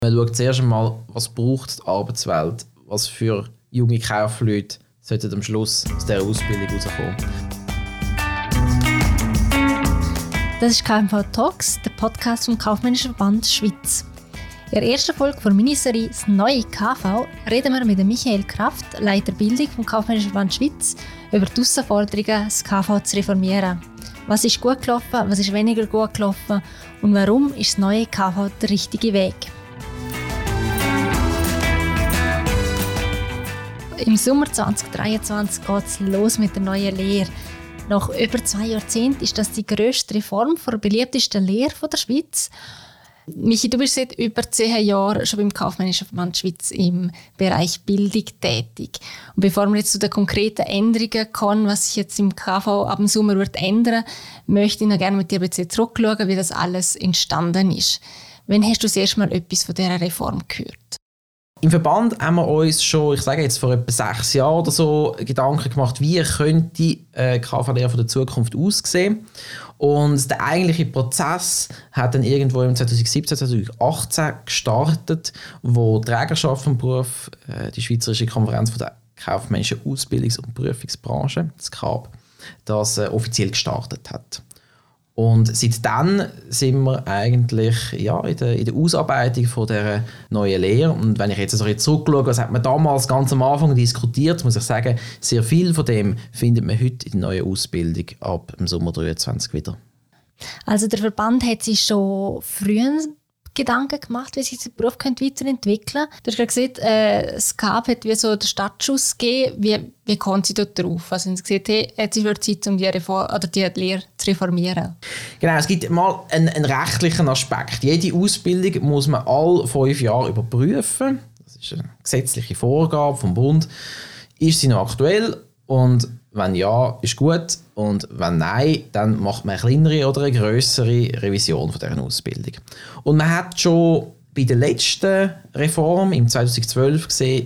Man schaut zuerst einmal, was braucht die Arbeitswelt, was für junge Kaufleute sollten am Schluss aus dieser Ausbildung rauskommen. Das ist KMV Talks, der Podcast vom Kaufmännischen Verband Schweiz. In der ersten Folge der Miniserie «Das neue KV» reden wir mit Michael Kraft, Leiter Bildung vom Kaufmännischen Verband Schweiz, über die Herausforderungen, das KV zu reformieren. Was ist gut gelaufen, was ist weniger gut gelaufen und warum ist das neue KV der richtige Weg? Im Sommer 2023 geht es los mit der neuen Lehre. Nach über 2 Jahrzehnten ist das die grösste Reform der beliebtesten Lehre der Schweiz. Michi, du bist seit über 10 Jahren schon beim Kaufmännischen Verband Schweiz im Bereich Bildung tätig. Und bevor wir jetzt zu den konkreten Änderungen kommen, was sich jetzt im KV ab dem Sommer wird ändern, möchte ich noch gerne mit dir ein bisschen zurückschauen, wie das alles entstanden ist. Wann hast du das erste Mal etwas von dieser Reform gehört? Im Verband haben wir uns schon, ich sage jetzt vor etwa 6 Jahren oder so, Gedanken gemacht, wie könnte die KV-Lehre der Zukunft aussehen. Und der eigentliche Prozess hat dann irgendwo im 2017, 2018 gestartet, wo die Trägerschaft vom Beruf, die Schweizerische Konferenz der kaufmännischen Ausbildungs- und Prüfungsbranche, das KAB, das offiziell gestartet hat. Und seitdem sind wir eigentlich in der Ausarbeitung von dieser neuen Lehre. Und wenn ich jetzt so zurückschaue, was hat man damals ganz am Anfang diskutiert, muss ich sagen, sehr viel von dem findet man heute in der neuen Ausbildung ab dem Sommer 2023 wieder. Also der Verband hat sich schon früher Gedanken gemacht, wie sich der Beruf weiterentwickeln könnte. Du hast gesagt, das KAB hat wie so den Startschuss gegeben. Wie kommt sie dort drauf? Also, sie gesagt, hey, jetzt ist es Zeit, um die Lehre zu reformieren. Genau, es gibt mal einen rechtlichen Aspekt. Jede Ausbildung muss man alle 5 Jahre überprüfen. Das ist eine gesetzliche Vorgabe vom Bund. Ist sie noch aktuell? Und wenn ja, ist gut. Und wenn nein, dann macht man eine kleinere oder eine grössere Revision von dieser Ausbildung. Und man hat schon bei der letzten Reform im 2012 gesehen,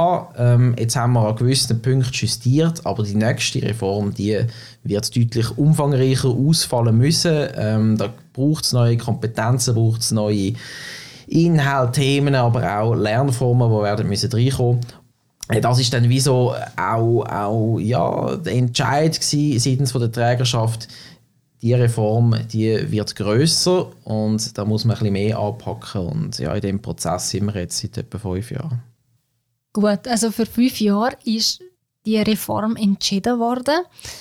jetzt haben wir an gewissen Punkten justiert, aber die nächste Reform, die wird deutlich umfangreicher ausfallen müssen. Da braucht es neue Kompetenzen, braucht es neue Inhalte, Themen, aber auch Lernformen, die werden müssen reinkommen. Das ist dann wie so auch der Entscheid seitens von der Trägerschaft. Die Reform, die wird grösser und da muss man ein bisschen mehr anpacken. Und in diesem Prozess sind wir jetzt seit etwa 5 Jahren. Gut, also für 5 Jahre ist die Reform entschieden worden.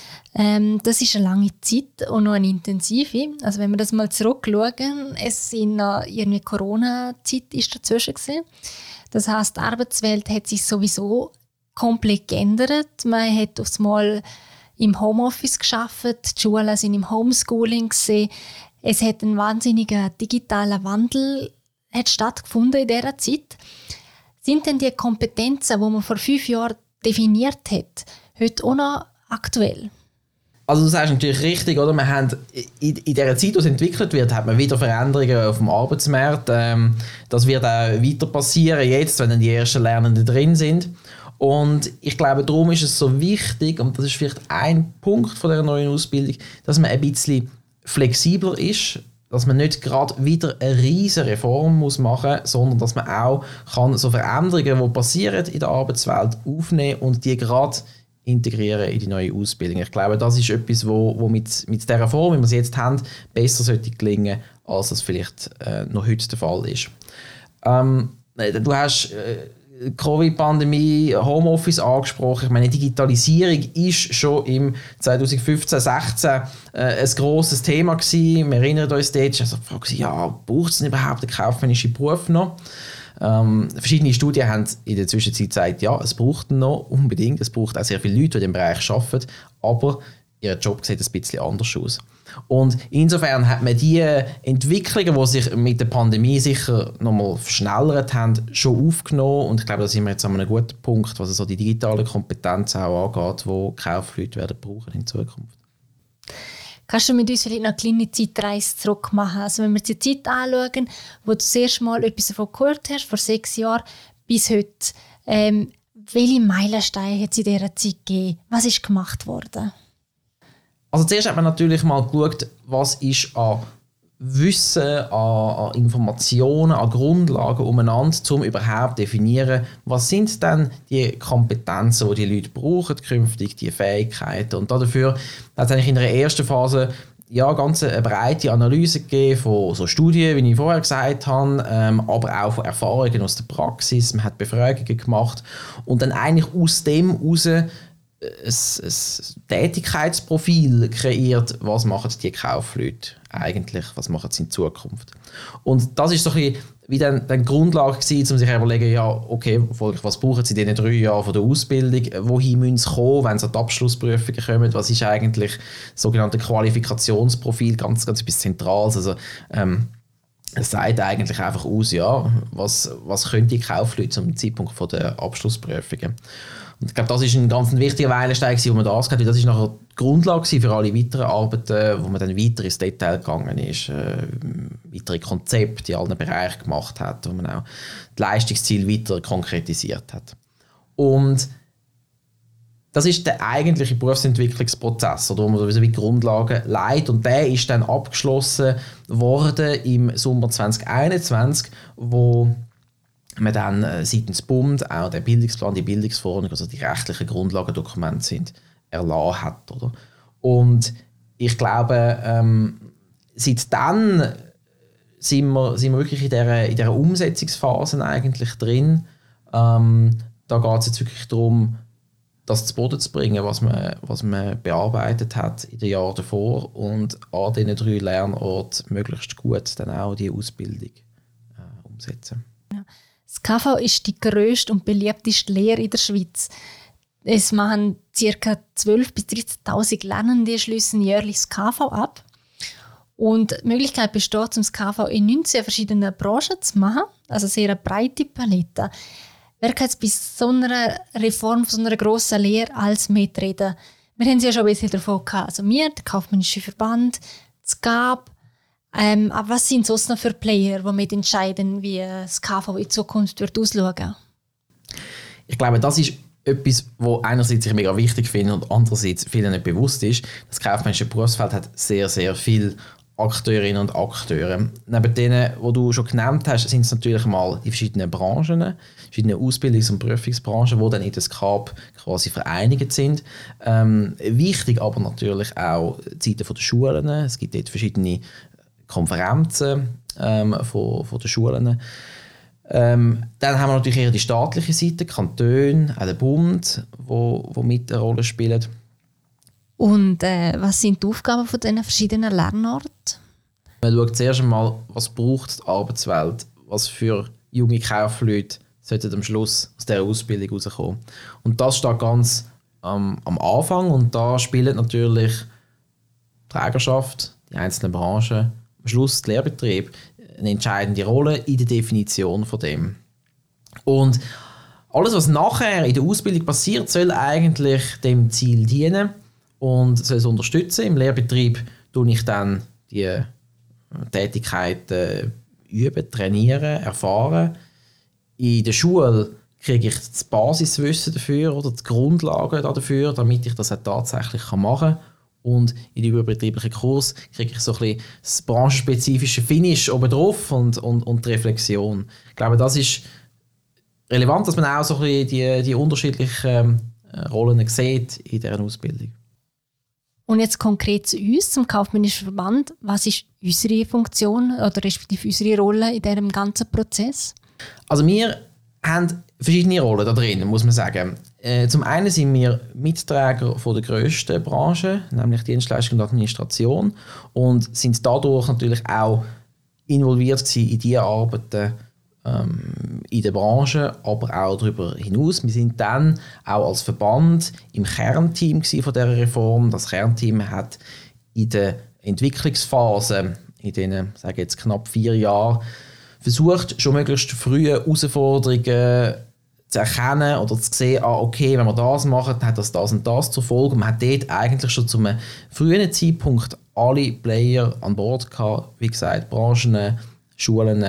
Das ist eine lange Zeit und noch eine intensive. Also wenn wir das mal zurückschauen, es in irgendwie Corona-Zeit ist dazwischen gewesen. Das heisst, die Arbeitswelt hat sich sowieso komplett geändert. Man hat aufs Mal im Homeoffice gearbeitet, die Schulen sind im Homeschooling gewesen. Es hat ein wahnsinniger digitaler Wandel stattgefunden in dieser Zeit. Sind denn die Kompetenzen, die man vor 5 Jahren definiert hat, heute auch noch aktuell? Also du sagst natürlich richtig, oder? Wir haben in dieser Zeit, wo es entwickelt wird, hat man wieder Veränderungen auf dem Arbeitsmarkt. Das wird auch weiter passieren, jetzt, wenn dann die ersten Lernenden drin sind. Und ich glaube, darum ist es so wichtig, und das ist vielleicht ein Punkt von der neuen Ausbildung, dass man ein bisschen flexibler ist, dass man nicht gerade wieder eine riesige Reform machen muss, sondern dass man auch kann so Veränderungen, die passieren in der Arbeitswelt, aufnehmen und die gerade integrieren in die neue Ausbildung. Ich glaube, das ist etwas, wo mit dieser Form, wie wir sie jetzt haben, besser sollte gelingen, als es vielleicht noch heute der Fall ist. Du hast Covid-Pandemie, Homeoffice angesprochen. Ich meine, Digitalisierung ist schon im 2015, 2016 ein grosses Thema gewesen. Wir erinnern uns dort, also die Frage, braucht es denn überhaupt einen kaufmännischen Beruf noch? Verschiedene Studien haben in der Zwischenzeit gesagt, ja, es braucht ihn noch unbedingt. Es braucht auch sehr viele Leute, die in diesem Bereich arbeiten, aber ihr Job sieht ein bisschen anders aus. Und insofern hat man die Entwicklungen, die sich mit der Pandemie sicher nochmal verschnellert haben, schon aufgenommen. Und ich glaube, da sind wir jetzt an einem guten Punkt, was so die digitalen Kompetenzen auch angeht, die Kaufleute werden brauchen in Zukunft. Kannst du mit uns vielleicht noch eine kleine Zeitreise zurück machen? Also wenn wir die Zeit anschauen, wo du das erste Mal etwas davon gehört hast, vor 6 Jahren bis heute, welche Meilensteine hat es in dieser Zeit gegeben? Was ist gemacht worden? Also zuerst hat man natürlich mal geschaut, was ist an Wissen, an Informationen, an Grundlagen umeinander, um überhaupt zu definieren, was sind denn die Kompetenzen, die die Leute brauchen, künftig die Fähigkeiten. Und dafür hat es eigentlich in der ersten Phase ganz eine breite Analyse gegeben von so Studien, wie ich vorher gesagt habe, aber auch von Erfahrungen aus der Praxis. Man hat Befragungen gemacht und dann eigentlich aus dem heraus ein Tätigkeitsprofil kreiert, was machen die Kaufleute eigentlich, was machen sie in Zukunft. Und das ist so ein bisschen wie dann die Grundlage gewesen, um sich zu überlegen, was brauchen sie in diesen 3 Jahren von der Ausbildung, wohin müssen sie kommen, wenn sie an die Abschlussprüfungen kommen, was ist eigentlich das sogenannte Qualifikationsprofil, ganz etwas Zentrales, also es sagt eigentlich einfach aus, was können die Kaufleute zum Zeitpunkt der Abschlussprüfungen. Und ich glaube, das ist ein ganz wichtiger Meilenstein, wo man das hat. Das ist nachher die Grundlage für alle weiteren Arbeiten, wo man dann weiter ins Detail gegangen ist, weitere Konzepte in allen Bereichen gemacht hat, wo man auch die Leistungsziele weiter konkretisiert hat. Und das ist der eigentliche Berufsentwicklungsprozess, wo man sowieso die Grundlagen leitet. Und der ist dann abgeschlossen worden im Sommer 2021, wo man dann seitens Bund auch den Bildungsplan, die Bildungsverordnung, also die rechtlichen Grundlagendokumente sind, erlassen hat. Oder? Und ich glaube, seitdem sind wir wirklich in dieser Umsetzungsphase eigentlich drin. Da geht es jetzt wirklich darum, das zu Boden zu bringen, was man bearbeitet hat in den Jahren davor und an diesen 3 Lernorten möglichst gut dann auch die Ausbildung umsetzen. Ja. Das KV ist die grösste und beliebteste Lehre in der Schweiz. Es machen ca. 12.000 bis 13.000 Lernende schliessen jährlich das KV ab. Und die Möglichkeit besteht, das KV in 19 verschiedenen Branchen zu machen, also sehr eine breite Palette. Wer kann jetzt bei so einer Reform, so einer grossen Lehre als mitreden? Wir haben es ja schon ein bisschen davon gehabt. Also wir, der Kaufmännische Verband, das GAB. Aber was sind sonst noch für Player, die mitentscheiden, wie das KV in Zukunft wird ausschauen? Ich glaube, das ist etwas, was einerseits ich mega wichtig finde und andererseits vielen nicht bewusst ist. Das kaufmännische Berufsfeld hat sehr, sehr viele Akteurinnen und Akteure. Neben denen, die du schon genannt hast, sind es natürlich mal die verschiedenen Branchen, verschiedene Ausbildungs- und Prüfungsbranchen, die dann in das KAB quasi vereinigt sind. Wichtig aber natürlich auch die Seite der Schulen. Es gibt dort verschiedene Konferenzen von den Schulen. Dann haben wir natürlich eher die staatliche Seite, Kantone, auch der Bund, wo mit eine Rolle spielen. Und was sind die Aufgaben von diesen verschiedenen Lernorten? Man schaut zuerst einmal, was braucht die Arbeitswelt, was für junge Kaufleute sollten am Schluss aus dieser Ausbildung rauskommen. Und das steht ganz am Anfang und da spielt natürlich die Trägerschaft, die einzelnen Branchen, am Schluss der Lehrbetrieb eine entscheidende Rolle in der Definition von dem. Und alles, was nachher in der Ausbildung passiert, soll eigentlich dem Ziel dienen und soll es unterstützen. Im Lehrbetrieb tue ich dann die Tätigkeiten üben, trainieren, erfahren. In der Schule kriege ich das Basiswissen dafür oder die Grundlagen dafür, damit ich das auch tatsächlich machen kann. Und in den überbetrieblichen Kurs kriege ich so ein bisschen das branchenspezifische Finish obendrauf und die Reflexion. Ich glaube, das ist relevant, dass man auch so ein bisschen die unterschiedlichen Rollen sieht in dieser Ausbildung. Und jetzt konkret zu uns, zum Kaufmännischen Verband. Was ist unsere Funktion oder respektive unsere Rolle in diesem ganzen Prozess? Also wir haben verschiedene Rollen da drin, muss man sagen. Zum einen sind wir Mitträger von der grössten Branche, nämlich Dienstleistung und Administration, und sind dadurch natürlich auch involviert in diese Arbeiten in der Branche, aber auch darüber hinaus. Wir sind dann auch als Verband im Kernteam von dieser Reform. Das Kernteam hat in der Entwicklungsphase, in diesen, sage jetzt, knapp 4 Jahren, versucht, schon möglichst frühe Herausforderungen zu erkennen oder zu sehen, okay, wenn wir das machen, dann hat das und das zur Folge. Man hat dort eigentlich schon zu einem frühen Zeitpunkt alle Player an Bord gehabt, wie gesagt, Branchen, Schulen,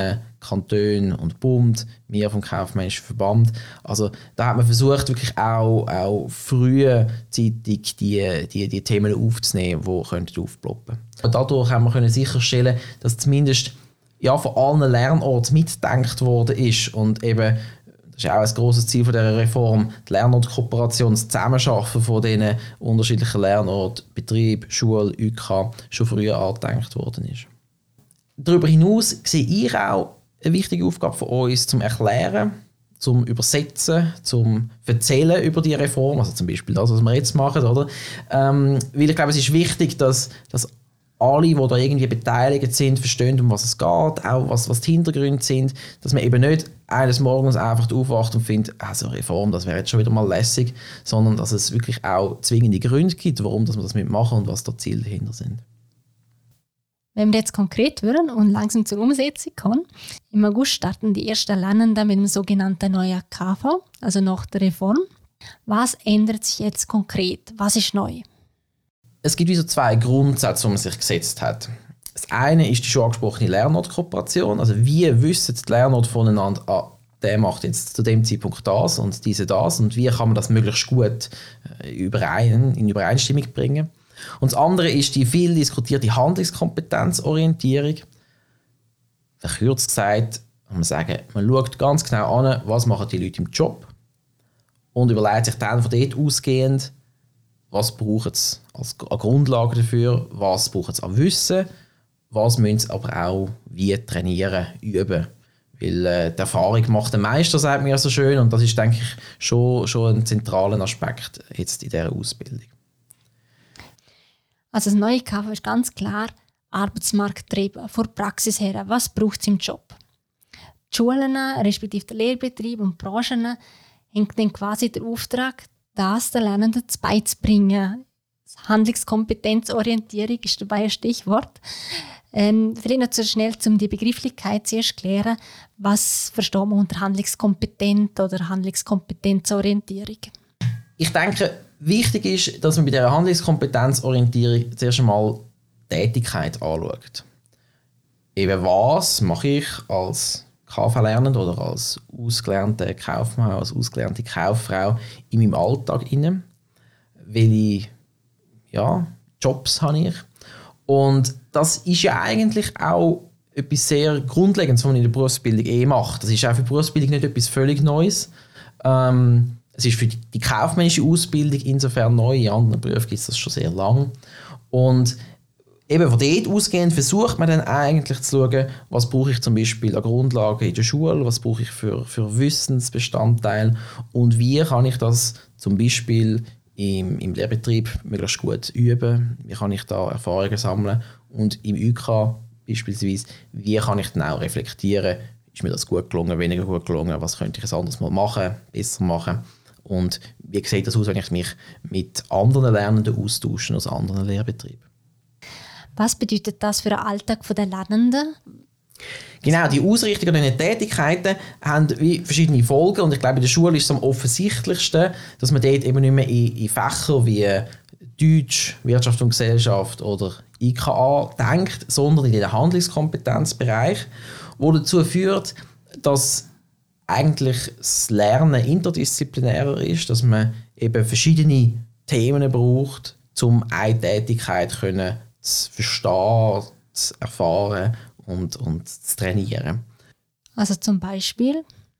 Kantone und Bund, wir vom Kaufmännischen Verband. Also da hat man versucht, wirklich auch frühzeitig die Themen aufzunehmen, die aufploppen könnten. Dadurch haben wir sicherstellen, dass zumindest von allen Lernorten mitgedacht worden ist und eben, das ist auch ein grosses Ziel dieser Reform, die Lernortkooperation, das Zusammenarbeiten von diesen unterschiedlichen Lernorten, Betrieb, Schule, UK, schon früher angedenkt worden ist. Darüber hinaus sehe ich auch eine wichtige Aufgabe von uns, zum Erklären, zum Übersetzen, zum Erzählen über die Reform, also zum Beispiel das, was wir jetzt machen, oder? Weil ich glaube, es ist wichtig, dass alle, die da irgendwie beteiligt sind, verstehen, um was es geht, auch was die Hintergründe sind, dass man eben nicht eines Morgens einfach aufwacht und findet, so eine Reform, das wäre jetzt schon wieder mal lässig, sondern dass es wirklich auch zwingende Gründe gibt, warum dass wir das mitmachen und was da Ziele dahinter sind. Wenn wir jetzt konkret werden und langsam zur Umsetzung kommen, im August starten die ersten Lernenden mit dem sogenannten neuen KV, also nach der Reform. Was ändert sich jetzt konkret? Was ist neu? Es gibt so 2 Grundsätze, die man sich gesetzt hat. Das eine ist die schon angesprochene Lernortkooperation. Also wie wissen die Lernorte voneinander, der macht jetzt zu dem Zeitpunkt das und diese das und wie kann man das möglichst gut in Übereinstimmung bringen. Und das andere ist die viel diskutierte Handlungskompetenzorientierung. Verkürzt gesagt, kann man sagen, man schaut ganz genau an, was machen die Leute im Job und überlegt sich dann von dort ausgehend, was brauchen sie als Grundlage dafür, was brauchen sie an Wissen, was müssen sie aber auch wie trainieren, üben. Weil die Erfahrung macht den Meister, sagt man ja so schön, und das ist, denke ich, schon ein zentraler Aspekt jetzt in dieser Ausbildung. Also das neue KV ist ganz klar Arbeitsmarkttrieb von der Praxis her. Was braucht es im Job? Die Schulen, respektive der Lehrbetrieb und die Branchen haben dann quasi den Auftrag, das den Lernenden beizubringen. Handlungskompetenzorientierung ist dabei ein Stichwort. Vielleicht noch zu schnell, um die Begrifflichkeit zuerst zu klären. Was verstehen wir unter Handlungskompetenz oder Handlungskompetenzorientierung? Ich denke, wichtig ist, dass man bei dieser Handlungskompetenzorientierung zuerst einmal Tätigkeit anschaut. Eben was mache ich als KV-Lernende oder als ausgelernte Kaufmann, als ausgelernte Kauffrau in meinem Alltag inne? Welche Jobs habe ich? Und das ist ja eigentlich auch etwas sehr Grundlegendes, was man in der Berufsbildung macht. Das ist auch für die Berufsbildung nicht etwas völlig Neues. Es ist für die kaufmännische Ausbildung insofern neu. In anderen Berufen gibt es das schon sehr lange. Und eben von dort ausgehend versucht man dann eigentlich zu schauen, was brauche ich zum Beispiel an Grundlagen in der Schule, was brauche ich für Wissensbestandteile und wie kann ich das zum Beispiel im Lehrbetrieb möglichst gut üben, wie kann ich da Erfahrungen sammeln und im UK beispielsweise, wie kann ich dann auch reflektieren, ist mir das gut gelungen, weniger gut gelungen, was könnte ich ein anderes Mal machen, besser machen und wie sieht das aus, wenn ich mich mit anderen Lernenden austausche aus anderen Lehrbetrieben. Was bedeutet das für den Alltag der Lernenden? Genau, die Ausrichtung an diesen Tätigkeiten haben wie verschiedene Folgen und ich glaube, in der Schule ist es am offensichtlichsten, dass man dort eben nicht mehr in Fächer wie Deutsch, Wirtschaft und Gesellschaft oder IKA denkt, sondern in den Handlungskompetenzbereich, wo dazu führt, dass eigentlich das Lernen interdisziplinärer ist, dass man eben verschiedene Themen braucht, um eine Tätigkeit zu verstehen, zu erfahren und zu trainieren. Also zum Beispiel?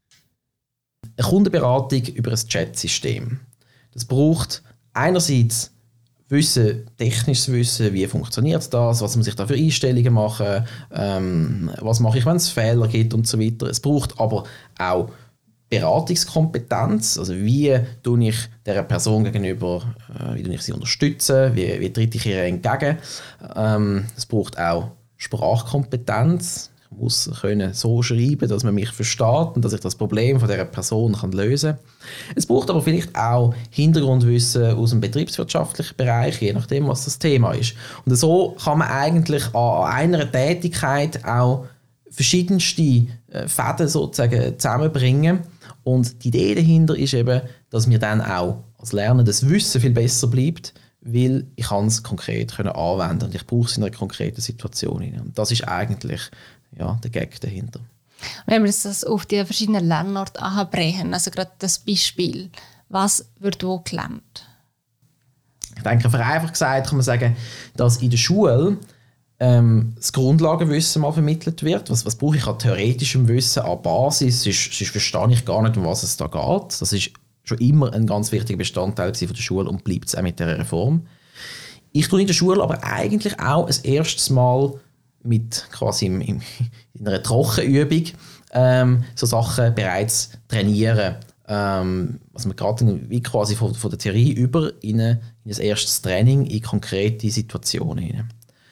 Eine Kundenberatung über ein Chat-System. Das braucht einerseits technisches Wissen, wie funktioniert das, was muss ich da für Einstellungen machen, was mache ich, wenn es Fehler gibt und so weiter. Es braucht aber auch Beratungskompetenz, also wie tue ich dieser Person gegenüber, wie tue ich sie unterstützen, wie trete ich ihr entgegen. Es braucht auch Sprachkompetenz. Ich muss können so schreiben, dass man mich versteht und dass ich das Problem von dieser Person lösen kann. Es braucht aber vielleicht auch Hintergrundwissen aus dem betriebswirtschaftlichen Bereich, je nachdem, was das Thema ist. Und so kann man eigentlich an einer Tätigkeit auch verschiedenste Fäden sozusagen zusammenbringen. Und die Idee dahinter ist eben, dass mir dann auch als Lerner das Wissen viel besser bleibt, weil ich es konkret anwenden kann und ich brauche es in einer konkreten Situation. Und das ist eigentlich der Gag dahinter. Wenn wir das auf die verschiedenen Lernorte anbrechen, also gerade das Beispiel, was wird wo gelernt? Ich denke, vereinfacht gesagt kann man sagen, dass in der Schule das Grundlagenwissen mal vermittelt wird. Was brauche ich an theoretischem Wissen, an Basis? Sonst verstehe ich gar nicht, um was es da geht. Das ist schon immer ein ganz wichtiger Bestandteil von der Schule und bleibt es auch mit der Reform. Ich tue in der Schule aber eigentlich auch ein erstes Mal mit quasi in einer Trockenübung so Sachen bereits trainieren. Also man gerade wie quasi von der Theorie über in ein erstes Training in konkrete Situationen hinein.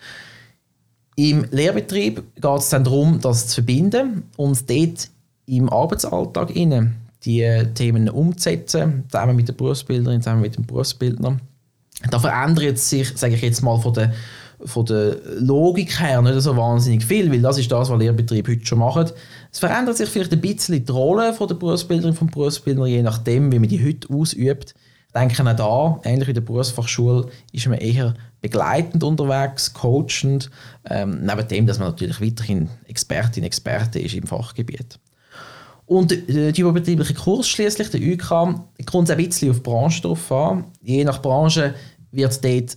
Im Lehrbetrieb geht es dann darum, das zu verbinden und dort im Arbeitsalltag die Themen umzusetzen, zusammen mit der Berufsbilderin, zusammen mit dem Berufsbildner. Da verändert sich, sage ich jetzt mal, von der Logik her nicht so wahnsinnig viel, weil das ist das, was Lehrbetriebe heute schon machen. Es verändert sich vielleicht ein bisschen die Rolle von der Berufsbilderin, vom Berufsbildner, je nachdem, wie man die heute ausübt. Ich denke auch da, ähnlich wie in der Berufsfachschule, ist man eher begleitend unterwegs, coachend, neben dem, dass man natürlich weiterhin Experte ist im Fachgebiet. Und die überbetriebliche Kurs schliesslich, der UK, kommt ein bisschen auf die Branche drauf an. Je nach Branche wird dort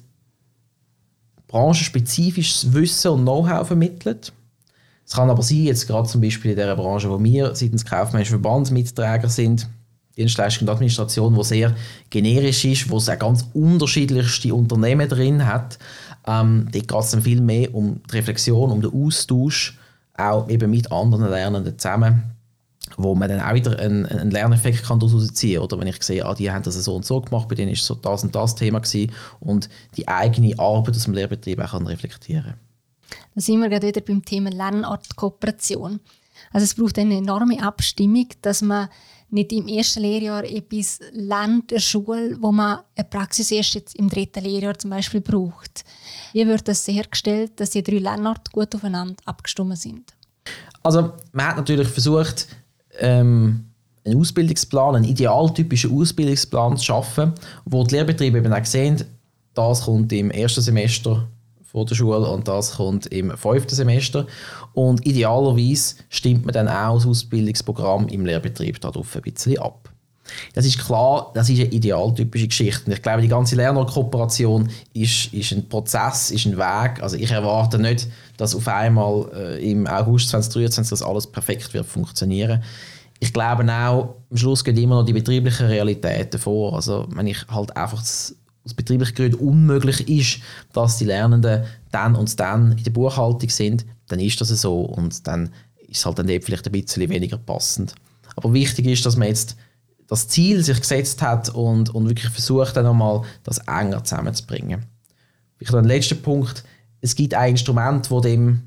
branchenspezifisches Wissen und Know-how vermittelt. Es kann aber sein, jetzt gerade zum Beispiel in der Branche, wo wir seitens Kaufmännischen Verband Mitträger sind, Dienstleistung und Administration, die sehr generisch ist, wo es auch ganz unterschiedlichste Unternehmen drin hat. Dort geht es dann viel mehr um die Reflexion, um den Austausch, auch eben mit anderen Lernenden zusammen, wo man dann auch wieder einen Lerneffekt kann daraus ziehen kann. Oder wenn ich sehe, die haben das so und so gemacht, bei denen war so das und das Thema gewesen, und die eigene Arbeit aus dem Lehrbetrieb auch reflektieren kann. Da sind wir gerade wieder beim Thema Lernort-Kooperation. Also es braucht eine enorme Abstimmung, dass man nicht im ersten Lehrjahr etwas lernt in der Schule, wo man eine Praxis erst jetzt im 3. Lehrjahr zum Beispiel braucht. Wie wird das sichergestellt, dass die 3 Lernorte gut aufeinander abgestimmt sind? Also man hat natürlich versucht, einen Ausbildungsplan, einen idealtypischen Ausbildungsplan zu schaffen, wo die Lehrbetriebe eben auch sehen, das kommt im 1. Semester von der Schule und das kommt im 5. Semester. Und idealerweise stimmt man dann auch das Ausbildungsprogramm im Lehrbetrieb darauf ein bisschen ab. Das ist klar, das ist eine idealtypische Geschichte. Und ich glaube, die ganze Lernortkooperation ist ein Prozess, ist ein Weg. Also ich erwarte nicht, dass auf einmal im August 2023 das alles perfekt wird funktionieren. Ich glaube auch, am Schluss gehen immer noch die betrieblichen Realitäten vor. Also wenn ich halt einfach aus betrieblichen Gründen unmöglich ist, dass die Lernenden dann und dann in der Buchhaltung sind, dann ist das so und dann ist es halt dann vielleicht ein bisschen weniger passend. Aber wichtig ist, dass man jetzt das Ziel sich gesetzt hat und wirklich versucht, dann nochmal das enger zusammenzubringen. Vielleicht noch ein letzter Punkt. Es gibt ein Instrument, das dem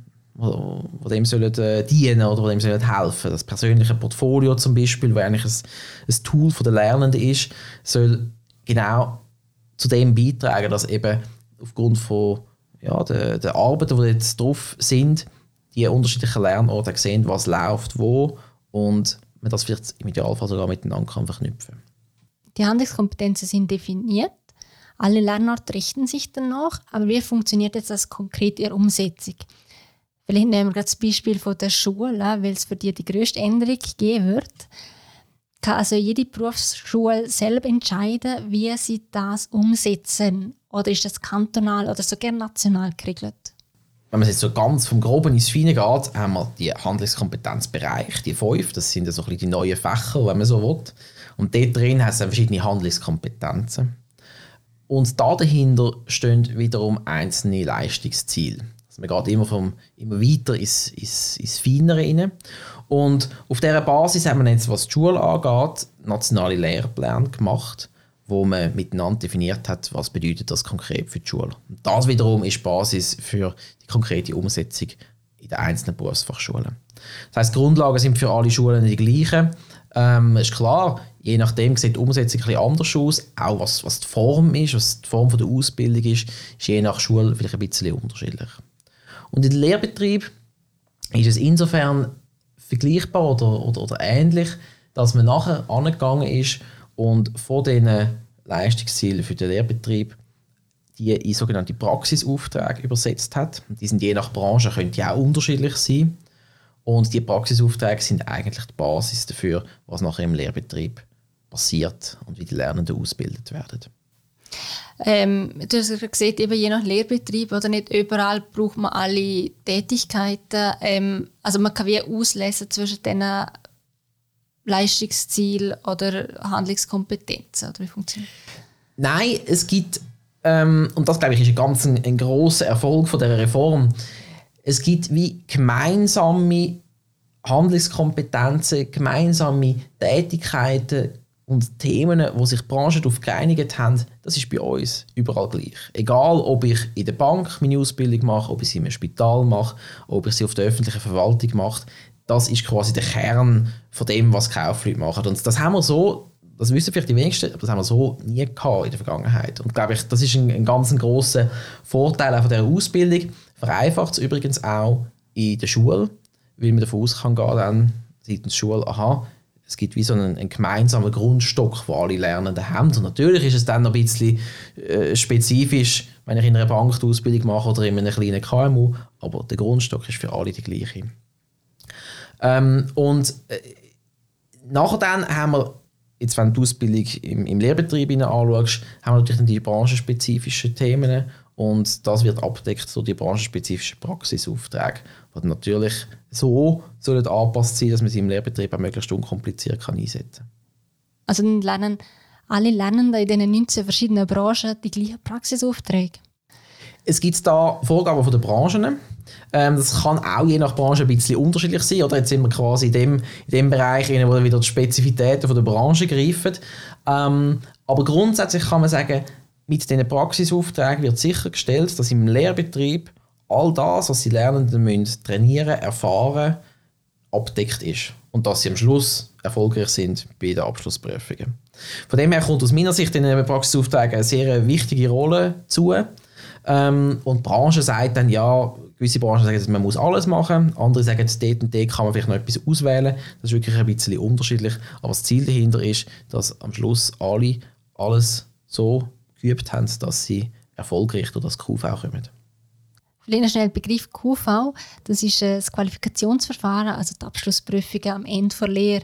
sollen dienen oder dem sollen helfen. Das persönliche Portfolio zum Beispiel, das eigentlich ein Tool der Lernenden ist, soll genau zu dem beitragen, dass eben aufgrund von der Arbeiten, die jetzt drauf sind, die unterschiedlichen Lernorte sehen, was läuft wo, und man das vielleicht im Idealfall sogar miteinander kann verknüpfen. Die Handlungskompetenzen sind definiert, alle Lernorte richten sich danach, aber wie funktioniert jetzt das konkret in der Umsetzung? Vielleicht nehmen wir gerade das Beispiel von der Schule, weil es für die grösste Änderung geben wird. Kann also jede Berufsschule selber entscheiden, wie sie das umsetzen? Oder ist das kantonal oder sogar national geregelt? Wenn man jetzt so ganz vom Groben ins Feine geht, haben wir die Handlungskompetenzbereiche, die 5, das sind ja so ein bisschen die neuen Fächer, wenn man so will. Und dort drin hat es dann verschiedene Handlungskompetenzen. Und dahinter stehen wiederum einzelne Leistungsziele. Also man geht immer weiter ins Feinere rein. Und auf dieser Basis haben wir jetzt, was die Schule angeht, nationale Lehrpläne gemacht, wo man miteinander definiert hat, was bedeutet das konkret für die Schule. Und das wiederum ist die Basis für die konkrete Umsetzung in den einzelnen Berufsfachschulen. Das heisst, die Grundlagen sind für alle Schulen die gleichen. Ist klar, je nachdem sieht die Umsetzung ein bisschen anders aus. Auch was die Form ist, was die Form der Ausbildung ist je nach Schule vielleicht ein bisschen unterschiedlich. Und in den Lehrbetrieb ist es insofern vergleichbar oder ähnlich, dass man nachher angegangen ist und von diesen Leistungszielen für den Lehrbetrieb die in sogenannte Praxisaufträge übersetzt hat. Die sind je nach Branche, können die auch unterschiedlich sein. Und die Praxisaufträge sind eigentlich die Basis dafür, was nachher im Lehrbetrieb passiert und wie die Lernenden ausgebildet werden. Du hast gesagt, eben je nach Lehrbetrieb oder nicht überall braucht man alle Tätigkeiten. Also man kann wie auslesen zwischen diesen Leistungszielen oder Handlungskompetenzen. Oder wie funktioniert das? Nein, es gibt, und das glaube ich ist ein grosser Erfolg von dieser Reform, es gibt wie gemeinsame Handlungskompetenzen, gemeinsame Tätigkeiten und Themen, wo sich die Branchen darauf geeinigt haben, das ist bei uns überall gleich. Egal, ob ich in der Bank meine Ausbildung mache, ob ich sie im Spital mache, ob ich sie auf der öffentlichen Verwaltung mache, das ist quasi der Kern von dem, was Kaufleute machen. Und das haben wir so, das wissen vielleicht die wenigsten, aber das haben wir so nie gehabt in der Vergangenheit. Und glaube ich, das ist ein ganz grosser Vorteil auch von dieser Ausbildung. Vereinfacht es übrigens auch in der Schule, weil man davon ausgehen kann, dann seitens Schule, aha, es gibt wie so einen gemeinsamen Grundstock, den alle Lernenden haben. Und natürlich ist es dann noch ein bisschen spezifisch, wenn ich in einer Bank die Ausbildung mache oder in einem kleinen KMU, aber der Grundstock ist für alle der gleiche. Nachher dann haben wir, jetzt wenn du die Ausbildung im Lehrbetrieb anschaust, haben wir natürlich dann die branchenspezifischen Themen und das wird abgedeckt durch die branchenspezifischen Praxisaufträge, die natürlich so sollen angepasst sein, dass man sie im Lehrbetrieb auch möglichst unkompliziert einsetzen kann. Also dann lernen alle Lernenden in diesen 19 verschiedenen Branchen die gleichen Praxisaufträge? Es gibt da Vorgaben von den Branchen. Das kann auch je nach Branche ein bisschen unterschiedlich sein. Oder jetzt sind wir quasi in dem Bereich, wo wieder die Spezifitäten von der Branche greifen. Aber grundsätzlich kann man sagen, mit diesen Praxisaufträgen wird sichergestellt, dass im Lehrbetrieb all das, was die Lernenden müssen trainieren, erfahren, abdeckt ist. Und dass sie am Schluss erfolgreich sind bei den Abschlussprüfungen. Von dem her kommt aus meiner Sicht in den Praxisaufträgen eine sehr wichtige Rolle zu. Und die Branche sagt dann, ja, gewisse Branchen sagen, man muss alles machen, andere sagen, dort und dort kann man vielleicht noch etwas auswählen. Das ist wirklich ein bisschen unterschiedlich. Aber das Ziel dahinter ist, dass am Schluss alle alles so geübt haben, dass sie erfolgreich durch das QV kommen. Vielleicht schnell der Begriff QV, das ist das Qualifikationsverfahren, also die Abschlussprüfungen am Ende der Lehre.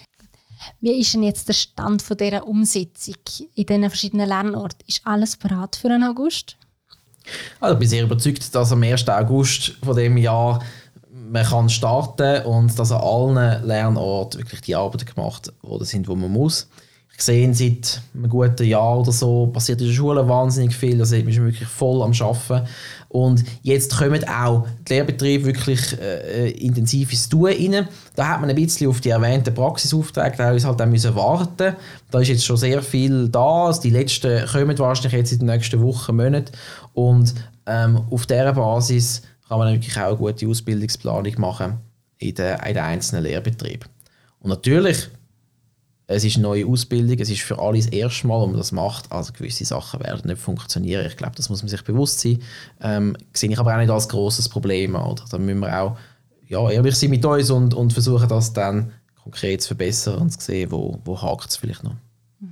Wie ist denn jetzt der Stand von dieser Umsetzung in diesen verschiedenen Lernorten? Ist alles bereit für den August? Also ich bin sehr überzeugt, dass am 1. August von diesem Jahr man kann starten und dass an allen Lernorten wirklich die Arbeiten gemacht worden sind, die man muss. Ich sehe, seit einem guten Jahr oder so passiert in der Schule wahnsinnig viel. Da ist man wirklich voll am Arbeiten. Und jetzt kommen auch die Lehrbetriebe wirklich intensiv ins Tun rein. Da hat man ein bisschen auf die erwähnten Praxisaufträge teilweise halt auch warten. Da ist jetzt schon sehr viel da. Also die letzten kommen wahrscheinlich jetzt in den nächsten Wochen, Monaten. Und auf dieser Basis kann man dann wirklich auch eine gute Ausbildungsplanung machen in den einzelnen Lehrbetrieben. Und natürlich, es ist eine neue Ausbildung, es ist für alle das erste Mal, wo man das macht. Also gewisse Sachen werden nicht funktionieren. Ich glaube, das muss man sich bewusst sein. Sehe ich aber auch nicht als grosses Problem. Oder? Da müssen wir auch ehrlich sein mit uns und versuchen, das dann konkret zu verbessern und zu sehen, wo hakt es vielleicht noch.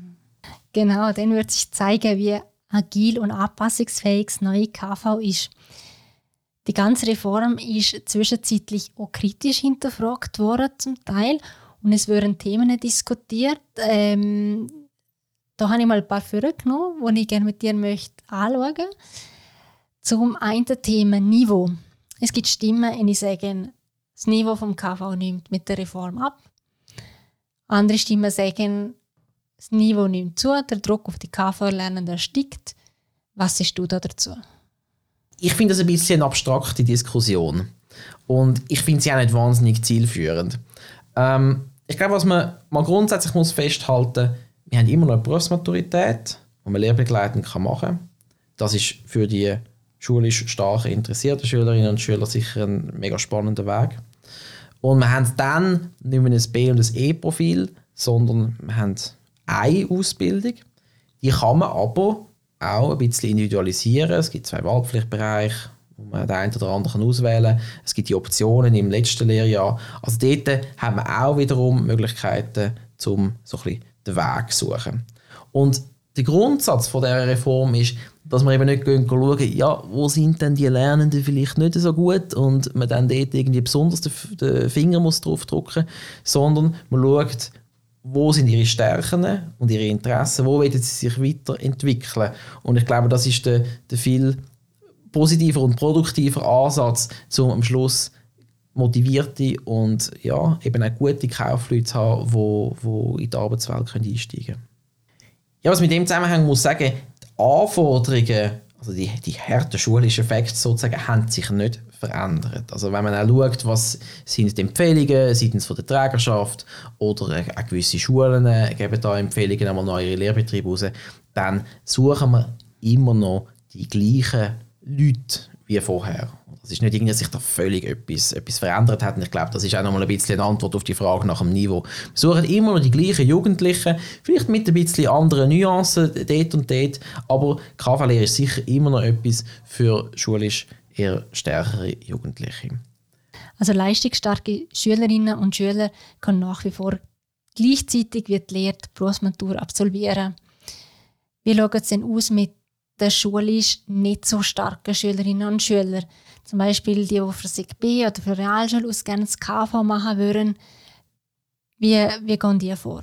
Genau, dann wird sich zeigen, wie agil und anpassungsfähig das neue KV ist. Die ganze Reform ist zwischenzeitlich auch kritisch hinterfragt worden, zum Teil. Und es werden Themen diskutiert. Da habe ich mal ein paar vorgenommen, die ich gerne mit dir anschauen möchte. Zum einen Thema Niveau. Es gibt Stimmen, die sagen, das Niveau vom KV nimmt mit der Reform ab. Andere Stimmen sagen, das Niveau nimmt zu, der Druck auf die KV-Lernenden steigt. Was siehst du da dazu? Ich finde das ein bisschen eine abstrakte Diskussion. Und ich finde sie auch nicht wahnsinnig zielführend. Ich glaube, was man mal grundsätzlich muss festhalten muss, wir haben immer noch eine Berufsmaturität, die man lehrbegleitend machen kann. Das ist für die schulisch stark interessierten Schülerinnen und Schüler sicher ein mega spannender Weg. Und wir haben dann nicht mehr ein B- und ein E-Profil, sondern wir haben eine Ausbildung. Die kann man aber auch ein bisschen individualisieren. Es gibt 2 Wahlpflichtbereiche, wo man den einen oder anderen auswählen kann. Es gibt die Optionen im letzten Lehrjahr. Also dort hat man auch wiederum Möglichkeiten, um so ein bisschen den Weg zu suchen. Und der Grundsatz von dieser Reform ist, dass wir eben nicht schauen, ja, wo sind denn die Lernenden vielleicht nicht so gut und man dann dort irgendwie besonders den Finger muss drauf drücken, sondern man schaut, wo sind ihre Stärken und ihre Interessen, wo wollen sie sich weiterentwickeln. Und ich glaube, das ist der viel positiver und produktiver Ansatz, um am Schluss motivierte und ja, eben auch gute Kaufleute zu haben, die in die Arbeitswelt einsteigen können. Ja, was mit dem Zusammenhang muss sagen, die Anforderungen, also die harten schulischen Effekte sozusagen, haben sich nicht verändert. Also wenn man auch schaut, was sind die Empfehlungen seitens von der Trägerschaft oder auch gewisse Schulen geben da Empfehlungen einmal noch ihre Lehrbetriebe raus, dann suchen wir immer noch die gleichen Leute wie vorher. Es ist nicht irgendwie, dass sich da völlig etwas verändert hat. Und ich glaube, das ist auch noch mal ein bisschen eine Antwort auf die Frage nach dem Niveau. Wir suchen immer noch die gleichen Jugendlichen, vielleicht mit ein bisschen anderen Nuancen dort und dort, aber KV-Lehre ist sicher immer noch etwas für schulisch eher stärkere Jugendliche. Also leistungsstarke Schülerinnen und Schüler können nach wie vor gleichzeitig wie die Lehre die Berufsmatur absolvieren. Wie schaut es denn aus mit den schulisch nicht so starken Schülerinnen und Schülern? Zum Beispiel die für SIG-B oder für Realschule aus gerne das KV machen würden. Wie gehen die vor?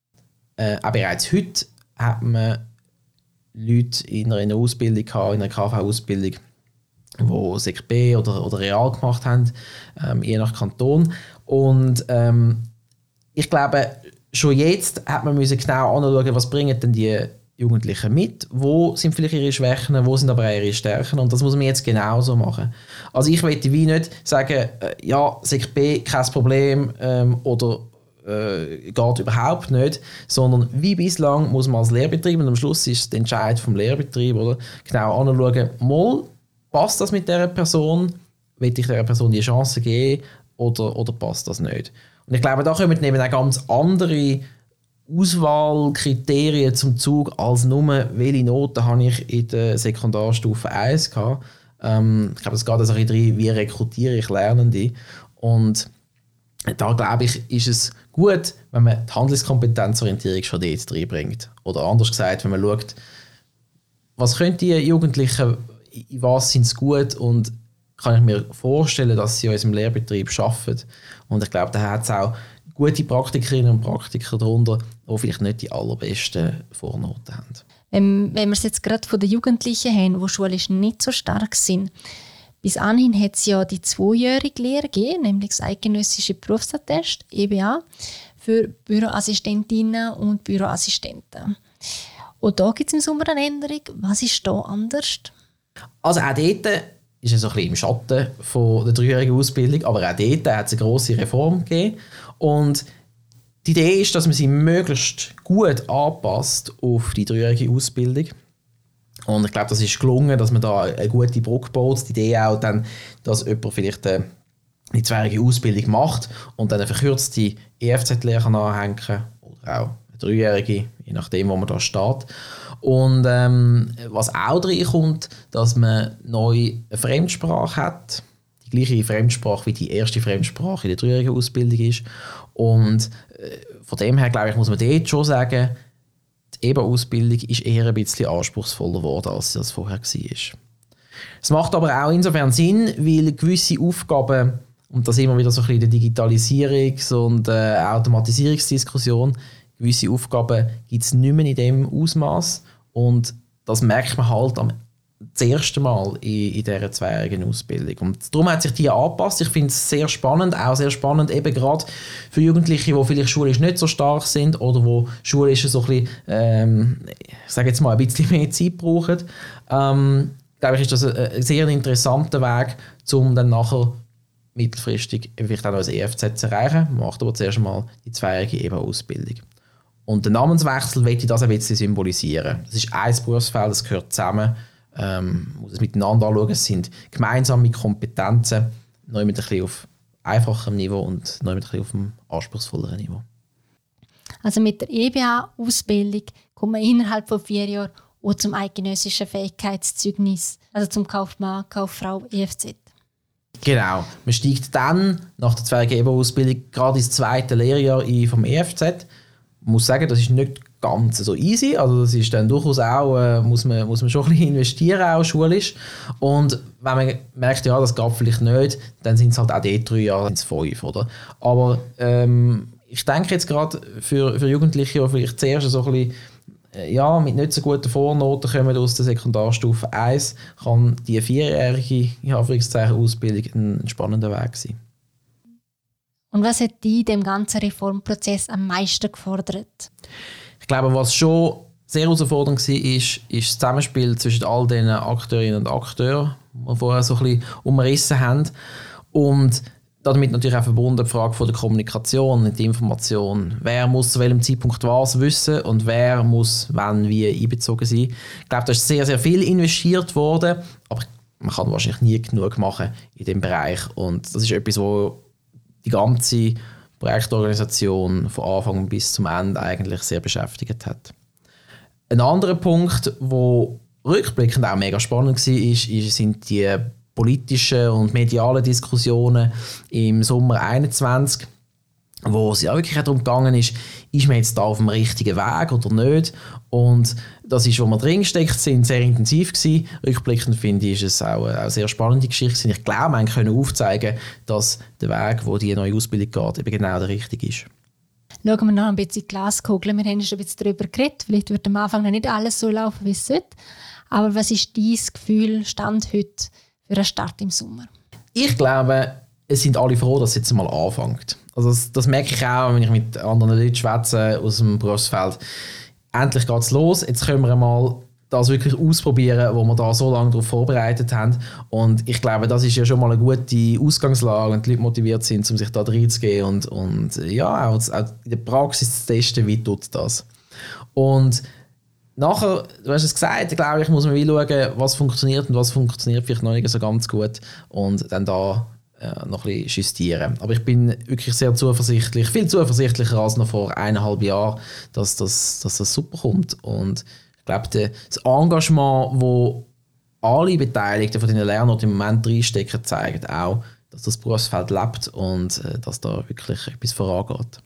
Auch bereits heute hat man Leute in einer Ausbildung gehabt, in einer KV-Ausbildung, die SIG-B oder Real gemacht haben, je nach Kanton. Und ich glaube, schon jetzt hat man genau anschauen, was bringen denn die Jugendlichen mit, wo sind vielleicht ihre Schwächen, wo sind aber auch ihre Stärken, und das muss man jetzt genauso machen. Also ich möchte wie nicht sagen, ja, SIG-B, kein Problem oder geht überhaupt nicht, sondern wie bislang muss man als Lehrbetrieb, und am Schluss ist der Entscheid vom Lehrbetrieb, oder, genau anschauen, mal, passt das mit dieser Person, will ich dieser Person die Chance geben oder passt das nicht. Und ich glaube, da kommen eben auch ganz andere Auswahlkriterien zum Zug, als nur, welche Noten habe ich in der Sekundarstufe 1 gehabt. Ich glaube, es geht also rein, wie rekrutiere ich Lernende. Und da, glaube ich, ist es gut, wenn man die Handlungskompetenzorientierung schon dort reinbringt. Oder anders gesagt, wenn man schaut, was können die Jugendlichen, in was sind sie gut, und kann ich mir vorstellen, dass sie in unserem Lehrbetrieb arbeiten. Und ich glaube, da hat es auch gute Praktikerinnen und Praktiker darunter, die vielleicht nicht die allerbesten Vornoten haben. Wenn wir es jetzt gerade von den Jugendlichen haben, die schulisch nicht so stark sind, bis anhin hat es ja die 2-jährige Lehre gegeben, nämlich das eidgenössische Berufsattest, EBA, für Büroassistentinnen und Büroassistenten. Und da gibt es im Sommer eine Änderung. Was ist da anders? Also auch dort ist es so ein bisschen im Schatten von der 3-jährigen Ausbildung, aber auch dort hat es eine grosse Reform gegeben. Und die Idee ist, dass man sie möglichst gut anpasst auf die 3-jährige Ausbildung. Und ich glaube, das ist gelungen, dass man da eine gute Brücke baut. Die Idee auch dann, dass jemand vielleicht die 2-jährige Ausbildung macht und dann eine verkürzte EFZ-Lehre anhängen kann oder auch eine 3-jährige, je nachdem, wo man da steht. Und was auch reinkommt, dass man neu eine Fremdsprache hat, die gleiche Fremdsprache wie die erste Fremdsprache in der 3-jährigen Ausbildung ist. Und von dem her, glaube ich, muss man dort schon sagen, die EBA-Ausbildung ist eher ein bisschen anspruchsvoller geworden, als sie das vorher war. Es macht aber auch insofern Sinn, weil gewisse Aufgaben, und das immer wieder so ein bisschen die Digitalisierungs- und Automatisierungsdiskussion, gewisse Aufgaben gibt es nicht mehr in dem Ausmaß, und das merkt man halt das erste Mal in dieser 2-jährigen Ausbildung. Und darum hat sich die angepasst. Ich finde es sehr spannend, auch sehr spannend eben gerade für Jugendliche, die vielleicht schulisch nicht so stark sind oder wo schulisch so ein bisschen, ich sage jetzt mal, ein bisschen mehr Zeit brauchen. Glaube ich, ist das ein sehr interessanter Weg, um dann nachher mittelfristig vielleicht auch noch ein EFZ zu erreichen. Man macht aber zuerst mal die 2-jährige EBA-Ausbildung. Und der Namenswechsel möchte ich das ein bisschen symbolisieren. Das ist ein Berufsfeld, das gehört zusammen. Man muss es miteinander anschauen. Es sind gemeinsame Kompetenzen, neu mit ein bisschen auf einfachem Niveau und neu mit ein bisschen auf einem anspruchsvolleren Niveau. Also mit der EBA-Ausbildung kommt man innerhalb von 4 Jahren auch zum eidgenössischen Fähigkeitszeugnis, also zum Kaufmann, Kauffrau, EFZ. Genau. Man steigt dann nach der 2-jährigen EBA-Ausbildung gerade ins 2. Lehrjahr ein vom EFZ. Ich muss sagen, das ist nicht ganz so easy. Also das ist dann durchaus auch, muss man schon ein bisschen investieren, auch schulisch. Und wenn man merkt, ja, das geht vielleicht nicht, dann sind es halt auch die 3 Jahre, sind es 5, oder? Aber ich denke jetzt gerade für Jugendliche, die vielleicht zuerst so ein bisschen mit nicht so guten Vornoten kommen aus der Sekundarstufe 1, kann die 4-jährige Ausbildung ein spannender Weg sein. Und was hat dich in dem ganzen Reformprozess am meisten gefordert? Ich glaube, was schon sehr herausfordernd war, ist das Zusammenspiel zwischen all diesen Akteurinnen und Akteuren, die wir vorher so ein bisschen umrissen haben. Und damit natürlich auch verbunden die Frage von der Kommunikation und der Information. Wer muss zu welchem Zeitpunkt was wissen und wer muss wann wie einbezogen sein. Ich glaube, da ist sehr, sehr viel investiert worden, aber man kann wahrscheinlich nie genug machen in diesem Bereich. Und das ist etwas, wo die ganze Projektorganisation von Anfang bis zum Ende eigentlich sehr beschäftigt hat. Ein anderer Punkt, der rückblickend auch mega spannend war, sind die politischen und medialen Diskussionen im Sommer 2021, wo es ja wirklich darum gegangen ist man jetzt da auf dem richtigen Weg oder nicht. Und das ist, wo wir drin gesteckt sind, sehr intensiv gewesen. Rückblickend finde ich, ist es auch eine sehr spannende Geschichte. Ich glaube, wir können aufzeigen, dass der Weg, wo die neue Ausbildung geht, eben genau der richtige ist. Schauen wir noch ein bisschen in die Glaskugel. Wir haben schon ein bisschen darüber geredet. Vielleicht wird am Anfang noch nicht alles so laufen, wie es sollte. Aber was ist dein Gefühl, Stand heute, für einen Start im Sommer? Ich glaube, es sind alle froh, dass es jetzt mal anfängt. Also das merke ich auch, wenn ich mit anderen Leuten schwätze aus dem Berufsfeld. Endlich geht es los, jetzt können wir mal das wirklich ausprobieren, wo wir da so lange darauf vorbereitet haben. Und ich glaube, das ist ja schon mal eine gute Ausgangslage und die Leute motiviert sind, um sich da reinzugehen und ja, auch in der Praxis zu testen, wie tut das. Und nachher, du hast es gesagt, glaube ich, muss man schauen, was funktioniert und was funktioniert vielleicht noch nicht so ganz gut und dann da noch ein bisschen justieren. Aber ich bin wirklich sehr zuversichtlich, viel zuversichtlicher als noch vor 1,5 Jahren, dass das super kommt. Und ich glaube, das Engagement, das alle Beteiligten von den Lernorten im Moment reinstecken, zeigt auch, dass das Berufsfeld lebt und dass da wirklich etwas vorangeht.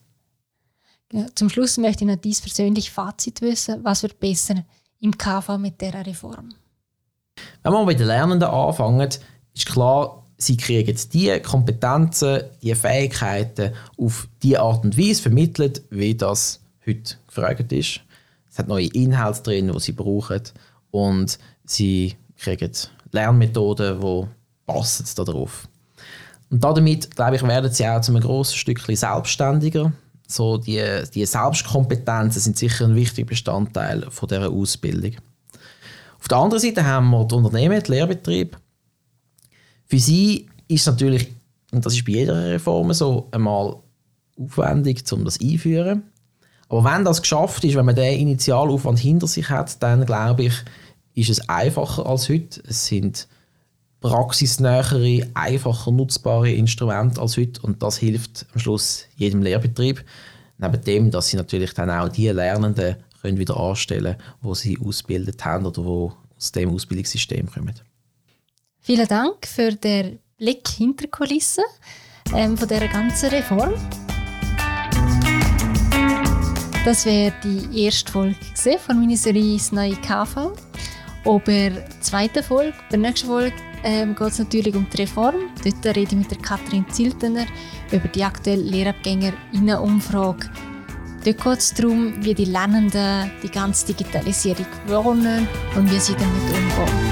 Ja, zum Schluss möchte ich noch dein persönliches Fazit wissen. Was wird besser im KV mit dieser Reform? Wenn wir bei den Lernenden anfangen, ist klar, sie kriegen die Kompetenzen, die Fähigkeiten auf die Art und Weise vermittelt, wie das heute gefragt ist. Es hat neue Inhalte drin, die sie brauchen und sie kriegen Lernmethoden, die passen darauf. Und damit, glaube ich, werden sie auch zu einem grossen Stückchen selbstständiger. So die Selbstkompetenzen sind sicher ein wichtiger Bestandteil von dieser Ausbildung. Auf der anderen Seite haben wir die Unternehmen, die Lehrbetriebe. Für sie ist es natürlich, und das ist bei jeder Reform so, einmal aufwendig, um das einzuführen. Aber wenn das geschafft ist, wenn man den Initialaufwand hinter sich hat, dann glaube ich, ist es einfacher als heute. Es sind praxisnähere, einfacher nutzbare Instrumente als heute und das hilft am Schluss jedem Lehrbetrieb. Neben dem, dass sie natürlich dann auch die Lernenden können wieder anstellen können, die sie ausgebildet haben oder die aus dem Ausbildungssystem kommen. Vielen Dank für den Blick hinter die Kulissen von dieser ganzen Reform. Das wäre die erste Folge von Miniserie «Das neue KV». Bei der zweiten Folge, bei der nächsten Folge, geht es natürlich um die Reform. Dort rede ich mit der Katrin Ziltener über die aktuelle Lehrabgängerinnenumfrage. Dort geht es darum, wie die Lernenden die ganze Digitalisierung wahrnehmen und wie sie damit umgehen.